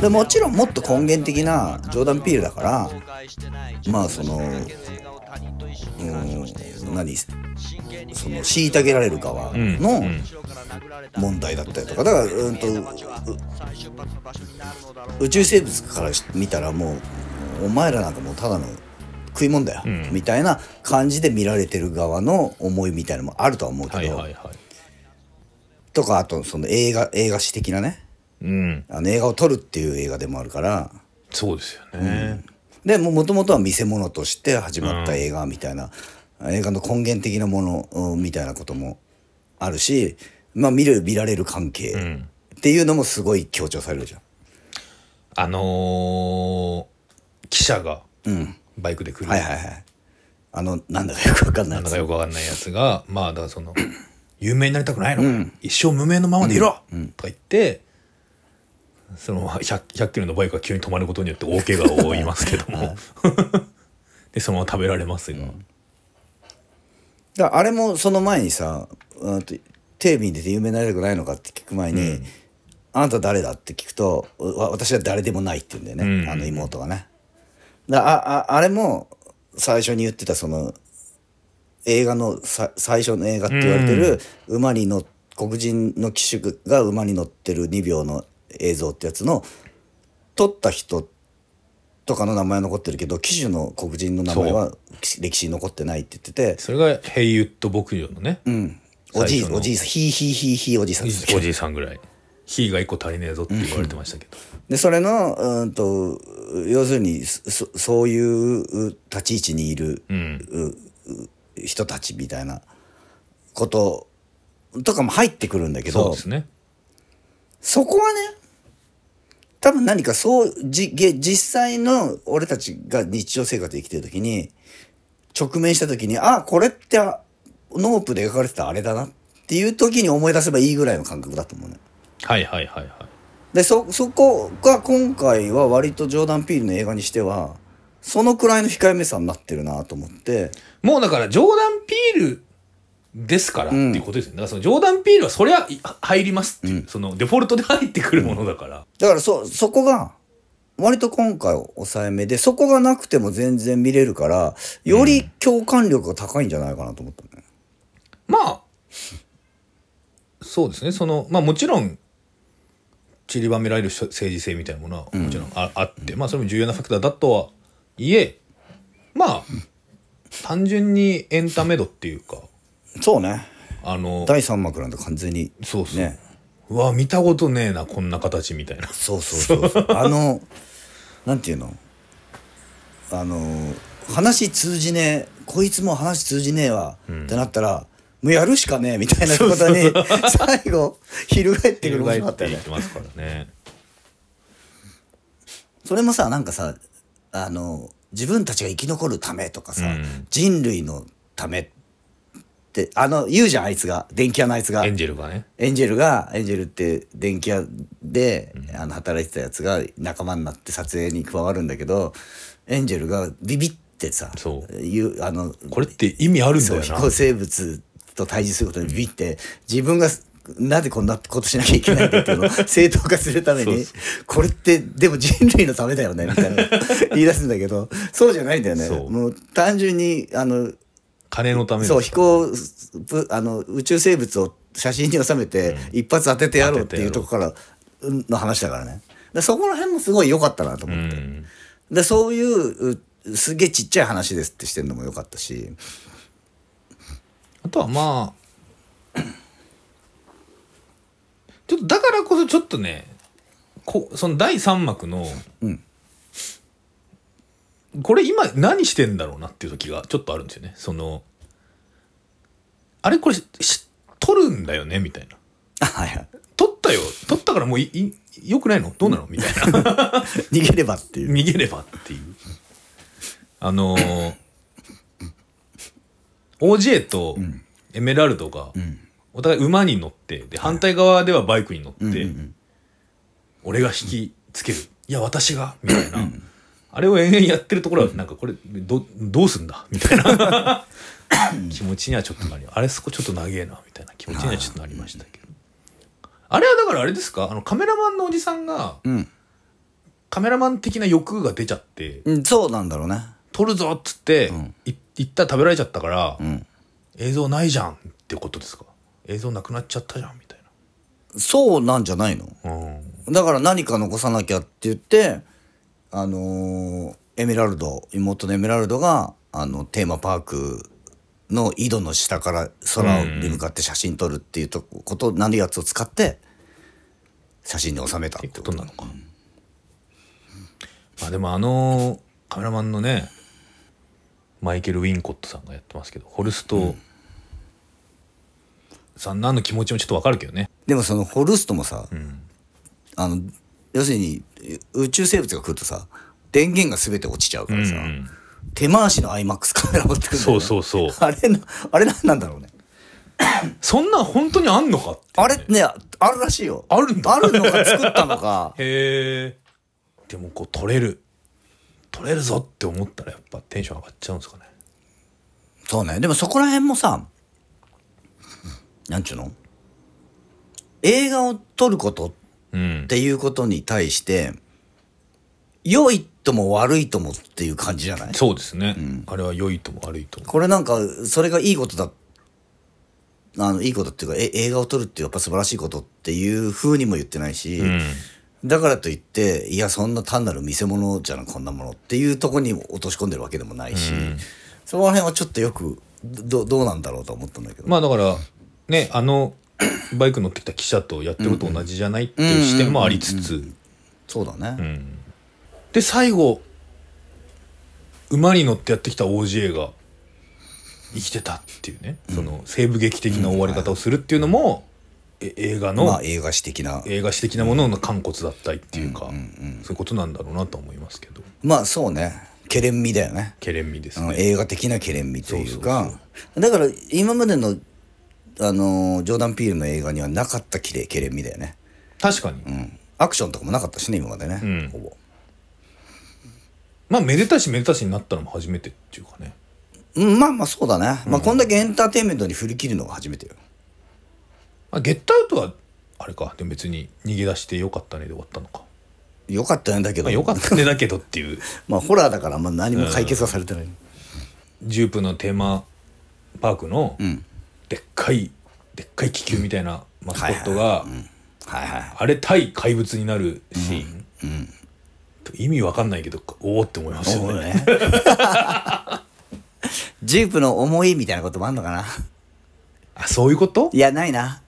でもちろんもっと根源的なジョーダン・ピールだから、まあその何その虐げられる側の問題だったりとか、だから宇宙生物から見たらもうお前らなんかもうただの食い物だよ、みたいな感じで見られてる側の思いみたいなのもあるとは思うけど、とかあとその映画史的なね、映画を撮るっていう映画でもあるから。 そうですよね、 でもともとは見せ物として始まった映画みたいな、映画の根源的なものみたいなこともあるし、まあ見られる関係っていうのもすごい強調されるじゃん。 記者がバイクで来る、 はいはいはい、なんだかよくわかんないやつが、まあだからその有名になりたくないの、一生無名のままでいろ、とか言って、その 100キロのバイクが急に止まることによって大怪我を負いますけどもでそのまま食べられますが、 だからあれもその前にさ、テレビに出て有名になりたくないのかって聞く前に、あなた誰だって聞くと、私は誰でもないって言うんだよね、あの妹がね。あれも最初に言ってたその映画の最初の映画って言われてる馬に乗黒人の騎手が馬に乗ってる2秒の映像ってやつの撮った人とかの名前は残ってるけど、騎手の黒人の名前は歴史に残ってないって言ってて、 それがヘイユッド牧場のね、 おじいさんひおじいさんですおじいさんぐらいひが一個足りねえぞって言われてましたけど、 でそれの要するにそういう立ち位置にいる、人たちみたいなこととかも入ってくるんだけど、 そうですね、 そこはね多分何か実際の俺たちが日常生活で生きてる時に直面した時に、これってノープで描かれてたあれだなっていう時に思い出せばいいぐらいの感覚だと思うね。でそこが今回は割とジョーダン・ピールの映画にしてはそのくらいの控えめさになってるなと思って、 もうだからジョーダン・ピールですからっていうことですよね。だからそのジョーダン・ピールはそりゃ入りますっていう、そのデフォルトで入ってくるものだから、 だからそこが割と今回抑えめで、そこがなくても全然見れるからより共感力が高いんじゃないかなと思ったね。 まあそうですね、そのまあもちろん散りばめられる政治性みたいなものはもちろんあって、まあそれも重要なファクターだとはいえ、まあ単純にエンタメ度っていうか、 そうね、第3幕なんて完全にそうそう、 ね、 うわ見たことねえなこんな形みたいな、 そうなんていうの、話通じねえ、こいつも話通じねえわ、ってなったらもうやるしかねえみたいなことに最後翻ってくるものがあったよね。 ますからね。 それもさ、なんかさ、自分たちが生き残るためとかさ、人類のためって言うじゃん、あいつが、電気屋のあいつが、 エンジェルって電気屋で、働いてたやつが仲間になって撮影に加わるんだけど、エンジェルがビビってさ、 これって意味あるんだよな、 飛行生物と対峙することにビビって、自分がなぜこんなことしなきゃいけないんだっていうのを正当化するためにこれってでも人類のためだよねみたいな言い出すんだけど、そうじゃないんだよね。もう単純に金のためです。 宇宙生物を写真に収めて一発当ててやろうっていうところからの話だからね。そこら辺もすごい良かったなと思って、でそういうすげえちっちゃい話ですってしてるのも良かったし、 あとはまあちょっとだからこそちょっとね、その第3幕の、これ今何してんだろうなっていう時がちょっとあるんですよね。そのあれこれ撮るんだよねみたいな。 はいはい。 撮ったからもうよくないのどうなのみたいな。 逃げればっていう。 OJ とエメラルドがお互い馬に乗ってで反対側ではバイクに乗って、俺が引きつける、いや私がみたいな、あれを延々やってるところはなんかこれどうすんだみたいな気持ちにはちょっとなり、あれそこちょっと長えなみたいな気持ちにはちょっとなりましたけど、あれはだからあれですか、カメラマンのおじさんが、 カメラマン的な欲が出ちゃって、 そうなんだろうね。 撮るぞっつって、行ったら食べられちゃったから、映像ないじゃんってことですか。映像なくなっちゃったじゃんみたいな。そうなんじゃないの、だから何か残さなきゃって言ってエメラルド、妹のエメラルドがテーマパークの井戸の下から空に向かって写真撮るっていうことなるやつを使って写真に収めたってことなのか。まあでもカメラマンのねマイケル・ウィンコットさんがやってますけど、ホルストさんの気持ちもちょっとわかるけどね。 でもそのホルストもさ、要するに宇宙生物が来るとさ電源が全て落ちちゃうからさ、手回しの IMAX カメラ持ってくるんだよね。 そうあれ何なんだろうね。 そんなん本当にあんのかって、ね、 あれね、あるらしいよ。 あるんだ。 あるのか作ったのか。 へえ。でもこう撮れるぞって思ったらやっぱテンション上がっちゃうんですかね。 そうね。でもそこら辺もさ、なんちゅうの、映画を撮ることっていうことに対して、良いとも悪いともっていう感じじゃない？ そうですね、あれは良いとも悪いとも。 これなんかそれがいいことだ、いいことっていうか映画を撮るってやっぱ素晴らしいことっていう風にも言ってないし、だからといっていやそんな単なる見せ物じゃなこんなものっていうとこに落とし込んでるわけでもないし、その辺はちょっとよくどうなんだろうと思ったんだけど、 まあだからねバイク乗ってきた記者とやってること同じじゃないっていう視点もありつつ、 そうだね、 で最後馬に乗ってやってきた OGA が生きてたっていうね、その西部劇的な終わり方をするっていうのも、映画の、 映画史的なものの肝骨だったりっていうか、そういうことなんだろうなと思いますけど、 まあそうね、ケレン味だよね。 ケレン味ですね。 映画的なケレン味というか、だから今までのジョーダン・ピールの映画にはなかったケレン味だよね。 確かに、 アクションとかもなかったしね今までね、ほぼ。 まあめでたしになったのも初めてっていうかね。 まあそうだね、まあこんだけエンターテインメントに振り切るのが初めてよ。 ゲットアウトはあれか、でも別に逃げ出してよかったねで終わったのか。 よかったねだけど、 よかったねだけどっていうまあホラーだから何も解決はされてない、 ジュープのテーマパークのでっかい気球みたいなマスコットがあれ対怪物になるシーン、意味わかんないけどおおって思いますよね。 ジープの思いみたいなこともあんのかな。 あ、そういうこと？ いやないな。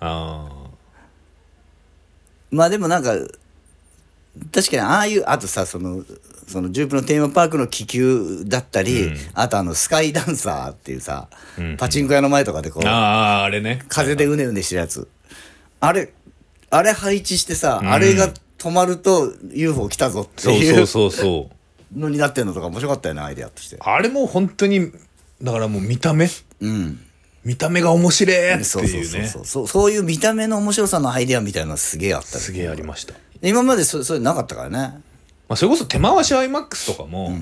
まあでもなんか確かにああいうあとさそのジュープのテーマパークの気球だったり、あとスカイダンサーっていうさ、パチンコ屋の前とかでこうあれね、 風でうねうねしてるやつ、あれ配置してさ、あれが止まると UFO 来たぞっていうのになってんのとか面白かったよね、アイデアとして。 あれも本当にだからもう見た目が面白いっていうね、 そういう見た目の面白さのアイデアみたいなのすげえあった、 すげえありました。 今までそれなかったからね。 それこそ手回し IMAX とかも、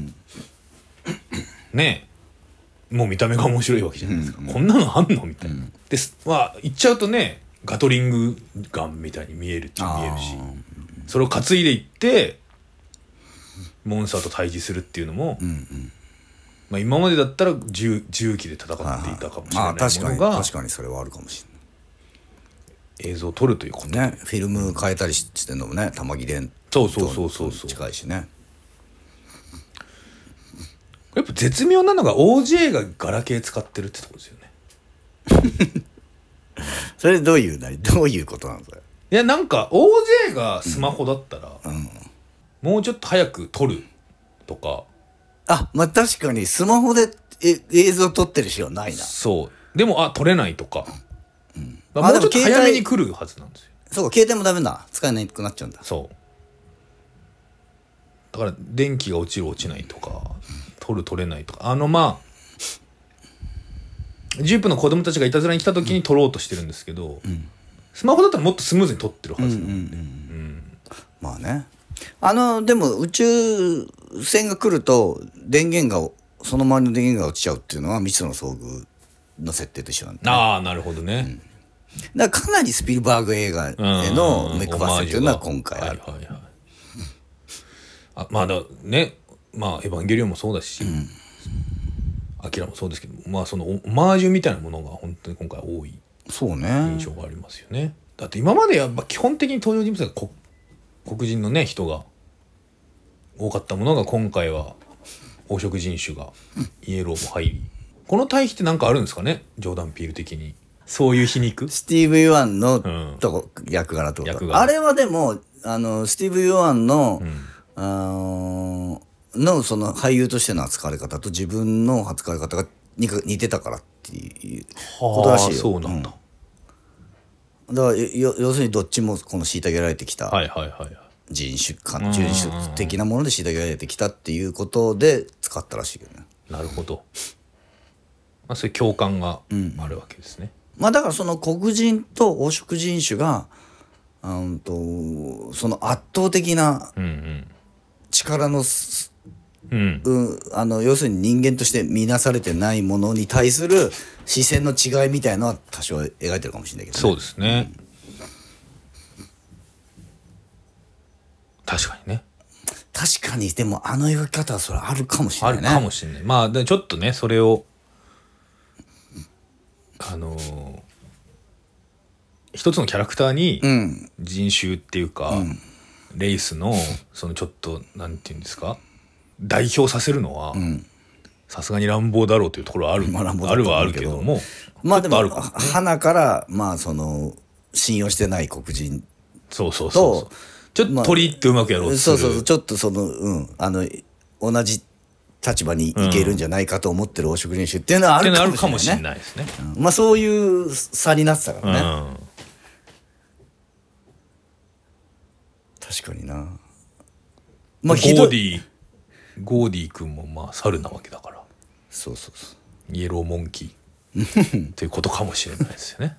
ねえもう見た目が面白いわけじゃないですか、こんなのあんのみたいな、で言っちゃうとねガトリングガンみたいに見えるっちゃ見えるし、それを担いでいってモンスターと対峙するっていうのも、今までだったら重機で戦っていたかもしれないものが、 確かにそれはあるかもしれない。 映像を撮るということね、フィルム変えたりしてんのもね、玉木伝そう近いしね。 やっぱ絶妙なのが OJ がガラケー使ってるってとこですよね。 それどういうことなんですか。 いやなんか OJ がスマホだったら、もうちょっと早く撮るとか。 まあ確かにスマホで映像撮ってる人はないな。 そうでも撮れないとか、もうちょっと早めに来るはずなんですよ。 そうか、携帯もダメだ、使えなくなっちゃうんだ。 そうだから電気が落ちないとか撮れないとか、ジープの子供たちがいたずらに来た時に撮ろうとしてるんですけど、スマホだったらもっとスムーズに撮ってるはずなんで、 まあね、でも宇宙船が来るとその周りの電源が落ちちゃうっていうのは未知との遭遇の設定と一緒なんで、ね、 なるほどね、 だからかなりスピルバーグ映画への目配せっていうのは今回ある。 まあだね、まあエヴァンゲリオンもそうだし、アキラもそうですけど、まあそのオマージュみたいなものが本当に今回多いそうね印象がありますよね。だって今までやっぱ基本的に登場人物が黒人のね人が多かったものが、今回は黄色人種がイエローも入り、この対比って何かあるんですかね、ジョーダン・ピール的に。そういう皮肉、 スティーブ・ユアンのとこ、役柄ってこと。あれはでもスティーブ・ユアンの、のその俳優としての扱われ方と自分の扱われ方が似てたからっていうことらしいよ。 そうなんだ、 だから要するにどっちもこの虐げられてきた人種的なもので虐げられてきたっていうことで使ったらしいよね。 なるほど、まあ、そういう共感があるわけですね。 まあだからその黒人と黄色人種がその圧倒的な力の、要するに人間として見なされてないものに対する視線の違いみたいのは多少描いてるかもしれないけどね。 そうですね、確かにね。 確かにでも描き方はそれあるかもしれないね。 あるかもしれない。まあちょっとねそれを一つのキャラクターに人種っていうか、レイスのそのちょっとなんていうんですか、代表させるのはさすがに乱暴だろうというところはある、あるはあるけども、 まあでも花からまあその信用してない黒人そうちょっと取り入ってうまくやろうとする、 そうちょっとその同じ立場にいけるんじゃないかと思ってる黄色人種っていうのはあるかもしれないですね。まあそういう差になってたからね。確かにな。 まあゴーディ君もまあ猿なわけだから、 そうイエローモンキーということかもしれないですよね。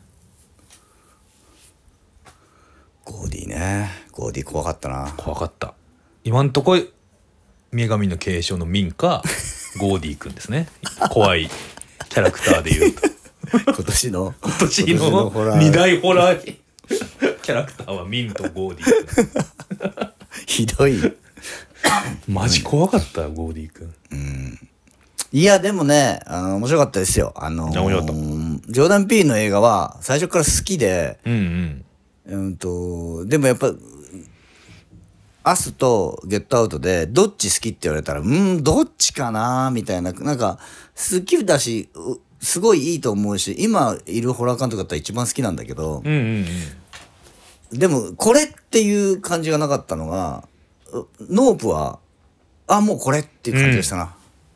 ゴーディ怖かったな。 怖かった。今んとこ女神の継承のミンかゴーディ君ですね。怖いキャラクターでいうと今年の 2大ホラーキャラクターはミンとゴーディ君ひどいマジ怖かったよ、ゴーディ君。 いやでもね面白かったですよ。 面白かった。 ジョーダン・ピーの映画は最初から好きで、でもやっぱアスとゲットアウトでどっち好きって言われたらどっちかなみたいな、なんか好きだしすごいいいと思うし、今いるホラー監督だったら一番好きなんだけど、でもこれっていう感じがなかったのがノープはもうこれっていう感じがしたな。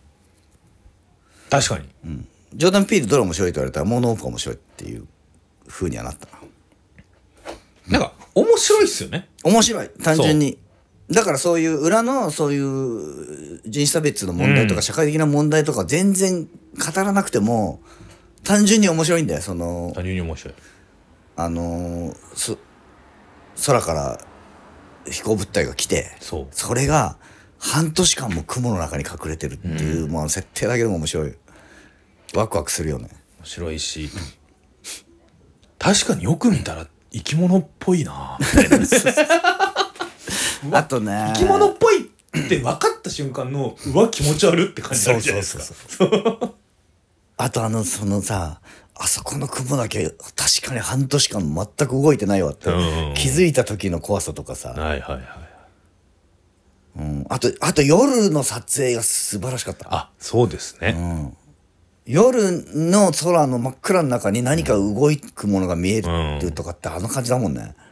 確かに、 ジョーダン・ピールどれ面白いと言われたらもうノープが面白いっていう風にはなったな。 なんか面白いっすよね。 面白い単純に。だからそういう裏のそういう人種差別の問題とか社会的な問題とか全然語らなくても単純に面白いんだよ。単純に面白い。 空から飛行物体が来て、それが半年間も雲の中に隠れてるっていう、まあ設定だけでも面白い。ワクワクするよね。 面白いし確かによく見たら生き物っぽいなみたいなあとね生き物っぽいって分かった瞬間の気持ち悪って感じあるじゃないですか。 あとそのさ、あそこの雲だけ確かに半年間全く動いてないわって気づいた時の怖さとかさ、あと夜の撮影が素晴らしかった。 そうですね、 夜の空の真っ暗の中に何か動くものが見えるとかって感じだもんね。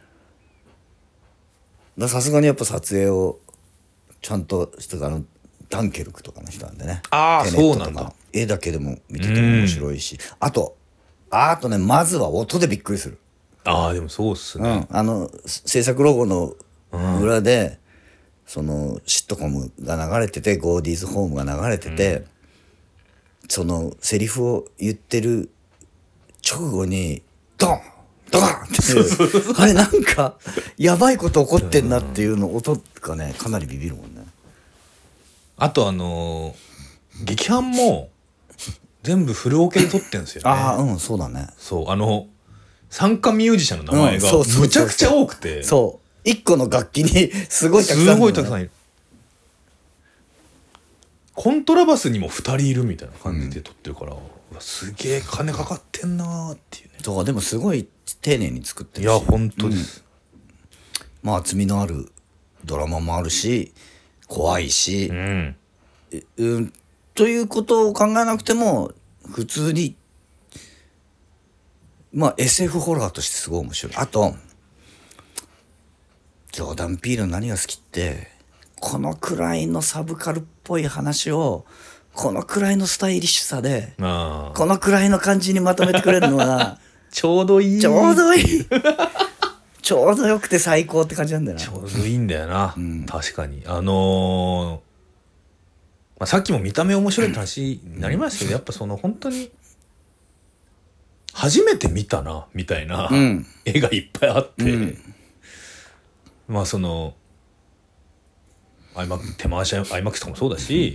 さすがにやっぱ撮影をちゃんとしてダンケルクとかの人なんでね。 そうなんだ。 絵だけでも見てても面白いし、あとね、まずは音でびっくりする。 でもそうっすね。 制作ロゴの裏で、そのシットコムが流れてて、ゴーディーズホームが流れてて、そのセリフを言ってる直後にドンドカンってあれなんかやばいこと起こってんなっていうの音がねかなりビビるもんね。 あと劇伴も全部フルオケで撮ってんですよね。 そうだね。 参加ミュージシャンの名前がむちゃくちゃ多くて、 一個の楽器にすごいたくさんいる。 コントラバスにも2人いるみたいな感じで撮ってるから、うわすげえ金かかってんなーっていうね。 そうでもすごい丁寧に作っているし、 や本当です、 まあ厚みのあるドラマもあるし怖いし、ということを考えなくても普通にまあ SF ホラーとしてすごい面白い。あとジョーダン・ピールの何が好きってこのくらいのサブカルっぽい話をこのくらいのスタイリッシュさでこのくらいの感じにまとめてくれるのがちょうどいいちょうどいいちょうどよくて最高って感じなんだよな。 ちょうどいいんだよな、確かにまあ、さっきも見た目面白いって話になりましたけど、やっぱその本当に初めて見たなみたいな、絵がいっぱいあって、まあその手回しIMAX とかもそうだし、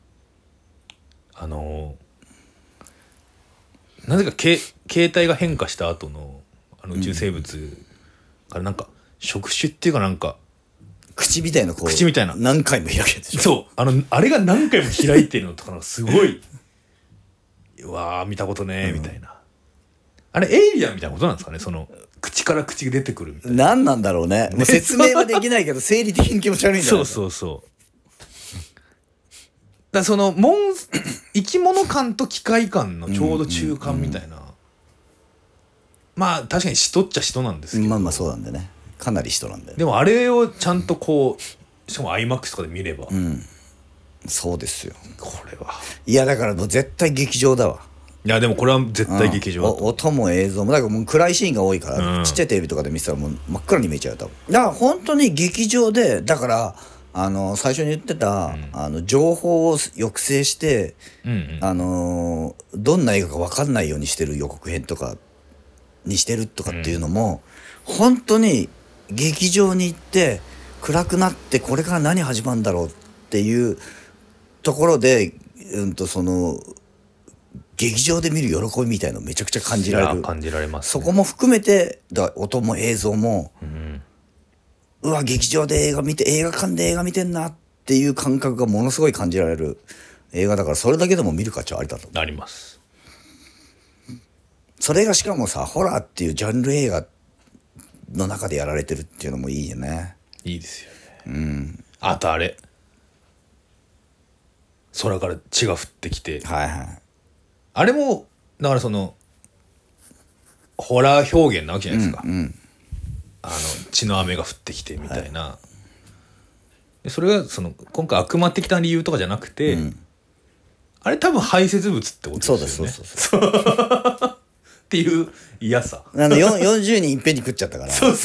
なぜか形態が変化した後の宇宙生物からなんか触手っていうかなんか口みたいな口みたいな何回も開けるでしょ。 そうあれが何回も開いてるのとかすごいうわー見たことねーみたいな、あれエイリアンみたいなことなんですかね、その口から口が出てくるみたいな。 何なんだろうね。もう説明はできないけど生理的に気持ち悪いんじゃないそうだからその生き物感と機械感のちょうど中間みたいな、まあ確かに人っちゃ人なんですけど、 まあまあそうなんだよね、かなり人なんだよ。 でもあれをちゃんとこうしかも IMAX とかで見れば、 そうですよ。 これはいやだからもう絶対劇場だわ。 いやでもこれは絶対劇場だと、 音も映像もだからもう暗いシーンが多いから、ちっちゃいテレビとかで見てたらもう真っ暗に見えちゃう多分。だから本当に劇場でだから最初に言ってた、情報を抑制して、どんな映画か分かんないようにしてる予告編とかにしてるとかっていうのも、本当に劇場に行って暗くなってこれから何始まるんだろうっていうところで、その劇場で見る喜びみたいのめちゃくちゃ感じられる。 感じられます、 そこも含めて音も映像も、うわ劇場で映画館で映画見てんなっていう感覚がものすごい感じられる映画だから、それだけでも見る価値はありだとなります。 それがしかもさホラーっていうジャンル映画の中でやられてるっていうのもいいよね。 いいですよね。あとあれ空から血が降ってきて、あれもだからそのホラー表現なわけじゃないですか、血の雨が降ってきてみたいな、でそれがその今回悪魔的な理由とかじゃなくて、あれ多分排泄物ってことですよね。そうっていう嫌さ 40人いっぺんに食っちゃったからそう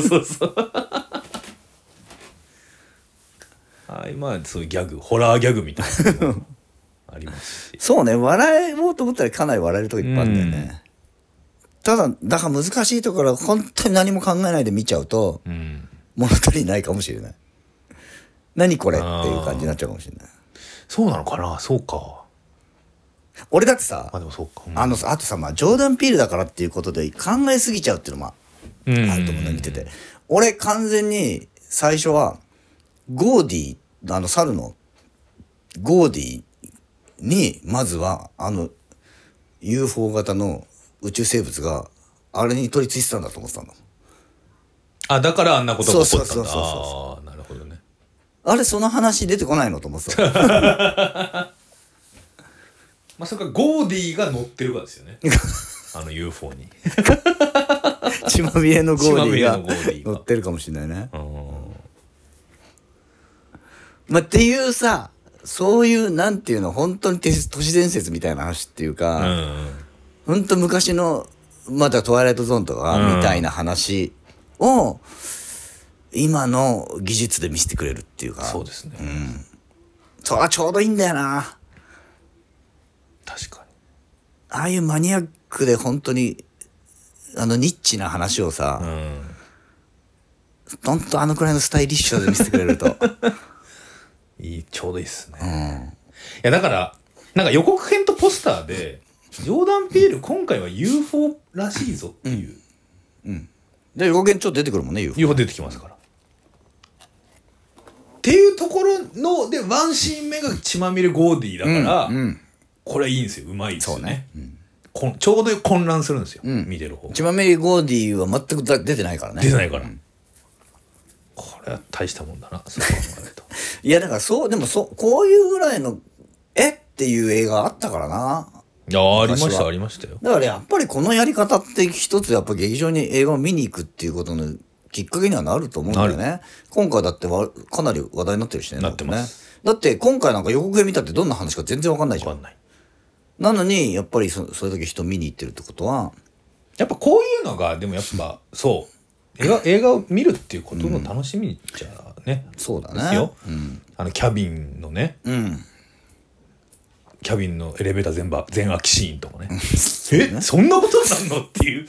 まあそういうギャグホラーギャグみたいなのもありますしそうね、笑えようと思ったらかなり笑えるとこいっぱいあるんだよね、ただだから難しいところは本当に何も考えないで見ちゃうと、物足りないかもしれない。何これっていう感じになっちゃうかもしれない。 そうなのかな。そうか。 俺だってさ、 でもそうか、 あとさ、まあ、ジョーダン・ピールだからっていうことで考えすぎちゃうっていうのもあると思うね、見てて。俺完全に最初はゴーディ猿のゴーディにまずはUFO 型の宇宙生物があれに取り付いてたんだと思ってたの。 だからあんなことが起こったんだ。 そうなるほどね。 あれその話出てこないのと思ってたまあそれかゴーディが乗ってるかですよねUFO に血まみれのゴーディが乗ってるかもしれないね。まあっていうさ、そういうなんていうの本当に都市伝説みたいな話っていうか、本当昔のまたトワイライトゾーンとかみたいな話を今の技術で見せてくれるっていうか、 そうですね、 それはちょうどいいんだよな。 確かにああいうマニアックで本当にニッチな話をさ、ほんとくらいのスタイリッシュで見せてくれるとちょうどいいっすね、いやだからなんか予告編とポスターでジョーダン・ピール今回は UFO らしいぞっていう、 で予告編ちょっと出てくるもんね。 UFO 出てきますからっていうところのでワンシーン目が血まみれゴーディーだから、これはいいんですよ、うまいですよね。ちょうど混乱するんですよ、見てる方。 血まみれゴーディーは全く出てないからね。 出てないから、これは大したもんだな、そう考えると。 いやだからでもこういうぐらいのっていう映画あったからな。 いやありましたありましたよ。 だからやっぱりこのやり方って一つやっぱ劇場に映画を見に行くっていうことのきっかけにはなると思うんだよね。今回だってかなり話題になってるしね。 なってます。 だって今回なんか予告編見たってどんな話か全然わかんないじゃん。 わかんない。 なのにやっぱりそれだけ人見に行ってるってことは、 やっぱこういうのがでもやっぱそう映画を見るっていうことの楽しみじゃね、 そうだね。 ですよ。キャビンのね、キャビンのエレベーター全空きシーンとかね。そんなことになんのっていう。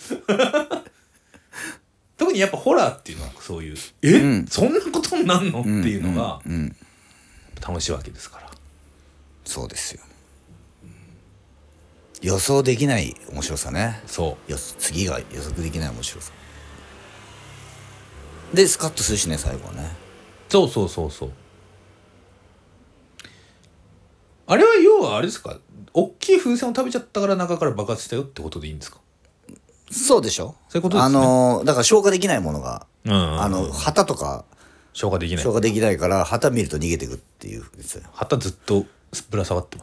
特にやっぱホラーっていうのはそういうそんなことになんのっていうのが楽しいわけですから。 そうですよ。予想できない面白さね。次が予測できない面白さでスカッとするしね、最後はね。 そうあれは要はあれですか、大きい風船を食べちゃったから中から爆発したよってことでいいんですか？ そうでしょ。 そういうことですね。 だから消化できないものが、旗とか消化できないから旗見ると逃げてくっていうですよ。 旗ずっとぶら下がってます。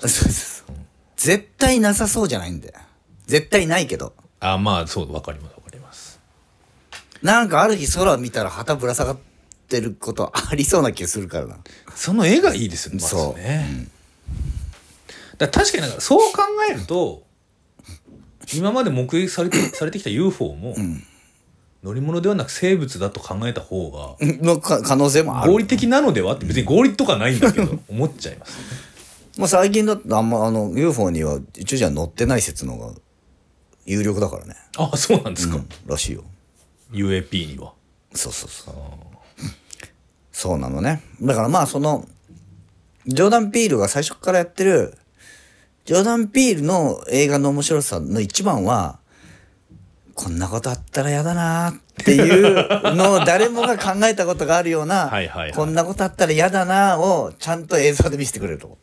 絶対なさそうじゃないんだよ。絶対ないけど。 まあそう、わかります。 なんかある日空を見たら旗ぶら下がってることありそうな気がするからな。 その絵がいいですよね。そうね。だから確かにそう考えると今まで目撃されてきた UFO も、乗り物ではなく生物だと考えた方がの可能性もある。 合理的なのではって別に合理とかないんだけど思っちゃいますね。 まあ最近だってあんまUFO には一応じゃ乗ってない説のが有力だからね。 そうなんですか。 らしいよ。 UAP には。 そうなのね。だからまあジョーダン・ピールが最初からやってるジョーダン・ピールの映画の面白さの一番は、こんなことあったらやだなっていうのを誰もが考えたことがあるようなこんなことあったらやだなをちゃんと映像で見せてくれると。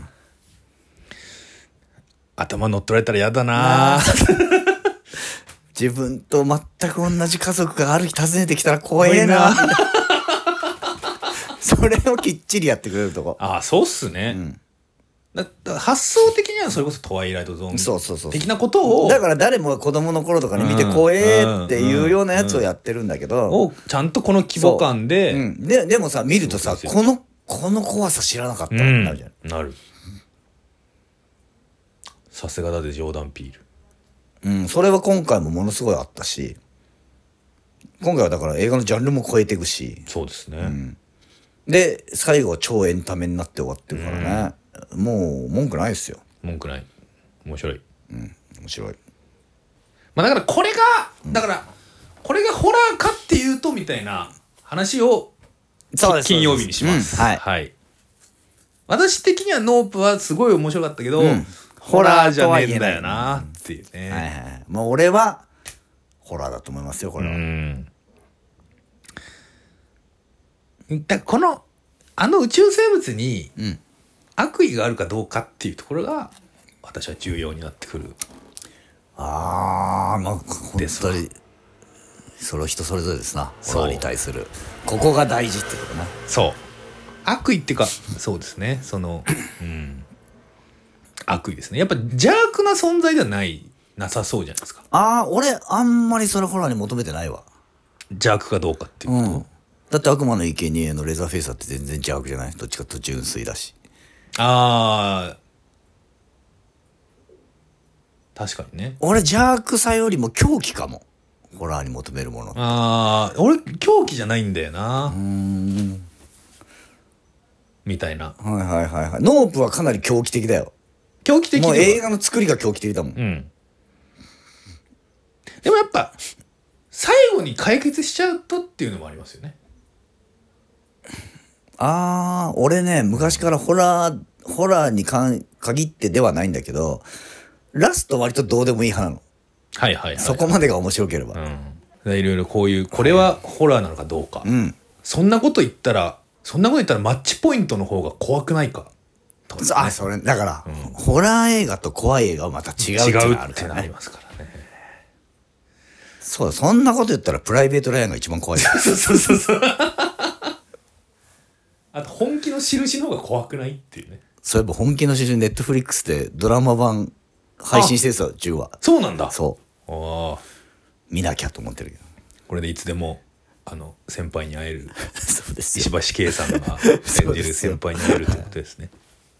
頭乗っ取られたらやだな自分と全く同じ家族がある日訪ねてきたら怖えなそれをきっちりやってくれるとこ。 そうっすね。だ発想的にはそれこそトワイライトゾーン的なことをだから誰もが子供の頃とかに見て怖えっていうようなやつをやってるんだけど、 ちゃんとこの規模感で、 でもさ見るとさこの怖さ知らなかったってなるじゃん。 なる。さすがだでジョーダン・ピール。 それは今回もものすごいあったし、今回はだから映画のジャンルも超えていくし。 そうですね。 で最後超エンタメになって終わってるからね。もう文句ないですよ。 文句ない。面白い。 面白い。 だからこれがホラーかっていうとみたいな話を金曜日にします。はい。私的にはノープはすごい面白かったけど、ホラーじゃねえんだよなっていうね。 もう俺はホラーだと思いますよこれは。 この宇宙生物に悪意があるかどうかっていうところが私は重要になってくる。 まあ本当にそれは人それぞれですな。ホラーに対するここが大事ってことね。 そう悪意っていうかそうですね悪意ですね。やっぱ邪悪な存在ではなさそうじゃないですか。 俺あんまりそれホラーに求めてないわ。 邪悪かどうかっていうこと、 だって悪魔の生贄のレザーフェイスだって全然邪悪じゃない。どっちかというと純粋だし。 確かにね。 俺邪悪さよりも狂気かも。ホラーに求めるもの。 俺狂気じゃないんだよな。みたいな。 ノープはかなり狂気的だよ。 狂気的。 もう映画の作りが狂気的だもん。 でもやっぱ最後に解決しちゃうとっていうのもありますよね。 俺ね昔からホラーに限ってではないんだけど、ラスト割とどうでもいい派なの。そこまでが面白ければ。 いろいろこれはホラーなのかどうか。そんなこと言ったらそんなこと言ったらマッチポイントの方が怖くないかとかね、 あ、それだから、ホラー映画と怖い映画はまた違うっていうのがあるからね。 違うってなりますからね。 そう、そんなこと言ったらプライベートライアンが一番怖い。 そうあと本気の印の方が怖くないっていうね。 そういえば本気の詩人ネットフリックスでドラマ版配信してるさ、10話。 そうなんだ。 そああ、 う。見なきゃと思ってるけど。 これでいつでも先輩に会えるそうですよ。 石橋圭さんが演じる先輩に会えるってことですね。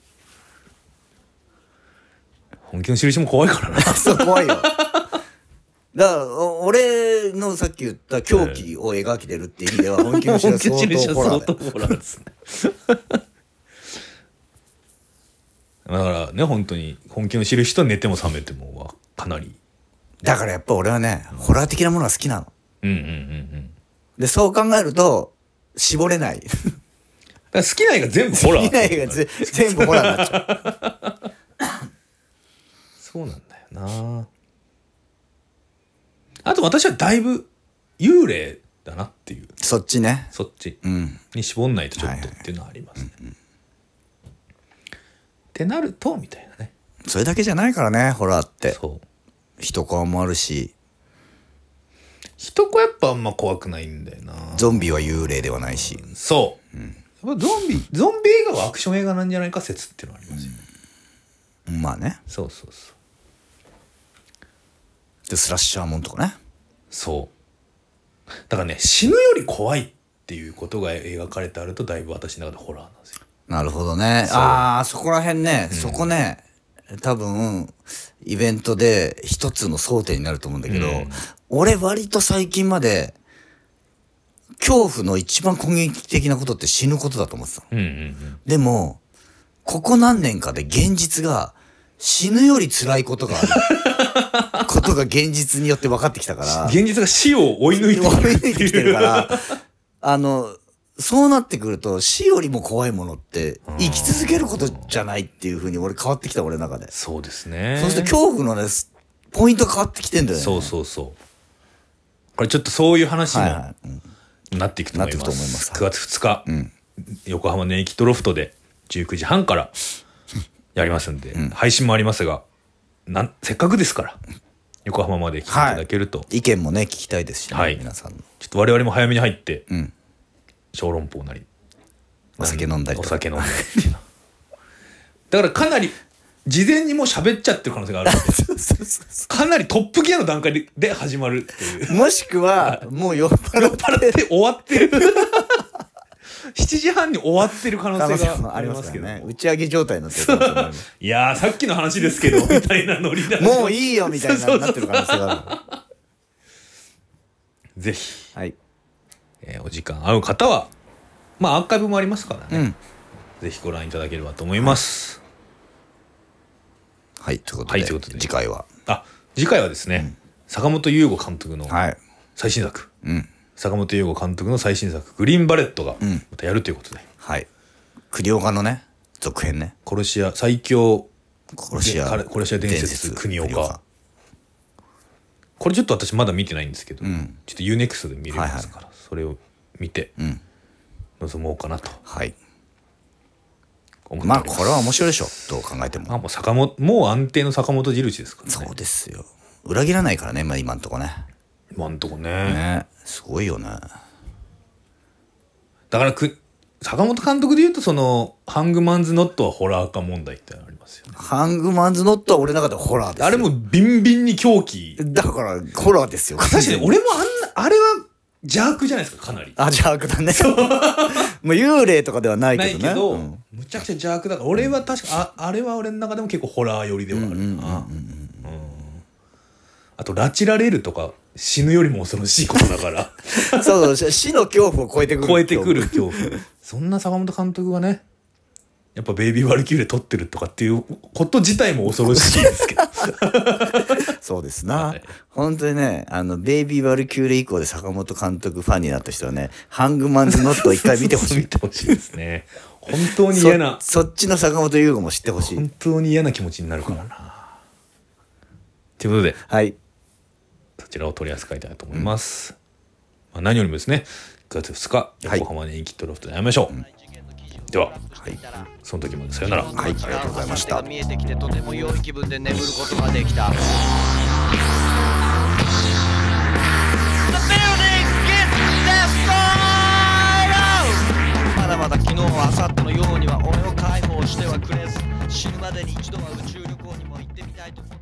本気の印も怖いからな。 そう、怖いよ。だから俺のさっき言った狂気を描きてるっていう意味では本気の詩は相当ホラーだよ。 ホラーですね。だからね、本当に本気の印と寝ても覚めてもはかなり。 だからやっぱ俺はね、ホラー的なものが好きなの。 うんうんうんうん。 で、そう考えると絞れない。 だから好きな映画全部ホラー。 好きな映画全部ホラーになっちゃう。 そうなんだよな。あと私はだいぶ幽霊だなっていう、 そっちね。 そっちうん。 に絞んないとちょっとっていうのはありますね。ってなるとみたいなね。 それだけじゃないからね、ホラーって。 そう。 人コアもあるし、 人子やっぱあんま怖くないんだよな。 ゾンビは幽霊ではないし。 そう。やっぱゾンビ映画はアクション映画なんじゃないか説っていうのはありますよ。 まあね。 そうそうそう。 で、スラッシャーもんとかね。 そうだからね、死ぬより怖いっていうことが描かれてあるとだいぶ私の中でホラーなんですよ。 なるほどね。ああ、そこら辺ね、そこね、多分イベントで一つの争点になると思うんだけど、俺割と最近まで恐怖の一番攻撃的なことって死ぬことだと思ってたの。でもここ何年かで現実が死ぬより辛いことがあることが現実によって分かってきたから、 現実が死を追い抜いて追い抜いてきてるからそうなってくると死よりも怖いものって生き続けることじゃないっていう風に俺変わってきた、俺の中で。 そうですね。 そうすると恐怖のねポイント変わってきてんだよね。 そうそうそう。これちょっとそういう話もはいはい、 なっていくと思います。 なっていくと思います。 9月2日、横浜ネイキッドロフトで19時半からやりますんで、配信もありますが、せっかくですから横浜まで来ていただけると、 意見もね聞きたいですしね、 はい、 皆さんの。 ちょっと我々も早めに入って、小籠包なりお酒飲んだりとか、 お酒飲んだりっていうのだからかなり事前にもう喋っちゃってる可能性があるかなりトップギアの段階で始まるっていうもしくはもう酔っ払って終わってる7時半に終わってる可能性がありますけどね。打ち上げ状態になってる可能性もあります。 いやーさっきの話ですけどみたいなノリでもういいよみたいななってる可能性がある。ぜひ、 はい、 お時間合う方はまあアーカイブもありますからね、ぜひご覧いただければと思います。 はい、ということで、次回はですね、坂本優吾監督の最新作、坂本優吾監督の最新作グリーンバレットがまたやるということで、 栗岡のね続編ね、 最強殺し屋伝説国岡。これちょっと私まだ見てないんですけど、ちょっと UNEXT で見れますから、それを見て臨もうかなと思っております。 まあこれは面白いでしょ、どう考えても。 もう安定の坂本印ですからね。 そうですよ、裏切らないからね、今んとこね。 今んとこねすごいよね。 だから坂本監督でいうとハングマンズノットはホラー化問題ってありますよね。 ハングマンズノットは俺の中でホラーですよ。 あれもビンビンに狂気だからホラーですよ。 確かに俺もあれは邪悪じゃないですか、かなり。 邪悪だね。もう幽霊とかではないけどね。 むちゃくちゃ邪悪だから、俺は確かあれは俺の中でも結構ホラー寄りではあるな。あと拉致られるとか死ぬよりも恐ろしいことだからそう死の恐怖を超えてくる恐怖そんな坂本監督がね、やっぱベイビーワルキューレ撮ってるとかっていうこと自体も恐ろしいですけどそうですな、本当にね、ベイビーワルキューレ以降で坂本監督ファンになった人はね、ハングマンズノットを一回見てほしい見てほしいですね。本当に嫌なそっちの坂本優吾も知ってほしい。 本当に嫌な気持ちになるからなということで、 はい、 そちらを取り扱いたいと思います。何よりもですね、 月2日横浜ネイキッドロフトで会いましょう、では、その時までさよなら。 はい、ありがとうございました。 見えてきてとても良い気分で眠ることができた。まだまだ昨日は明後日のようには俺を解放してはくれず、死ぬまでに一度は宇宙旅行にも行ってみたいと思って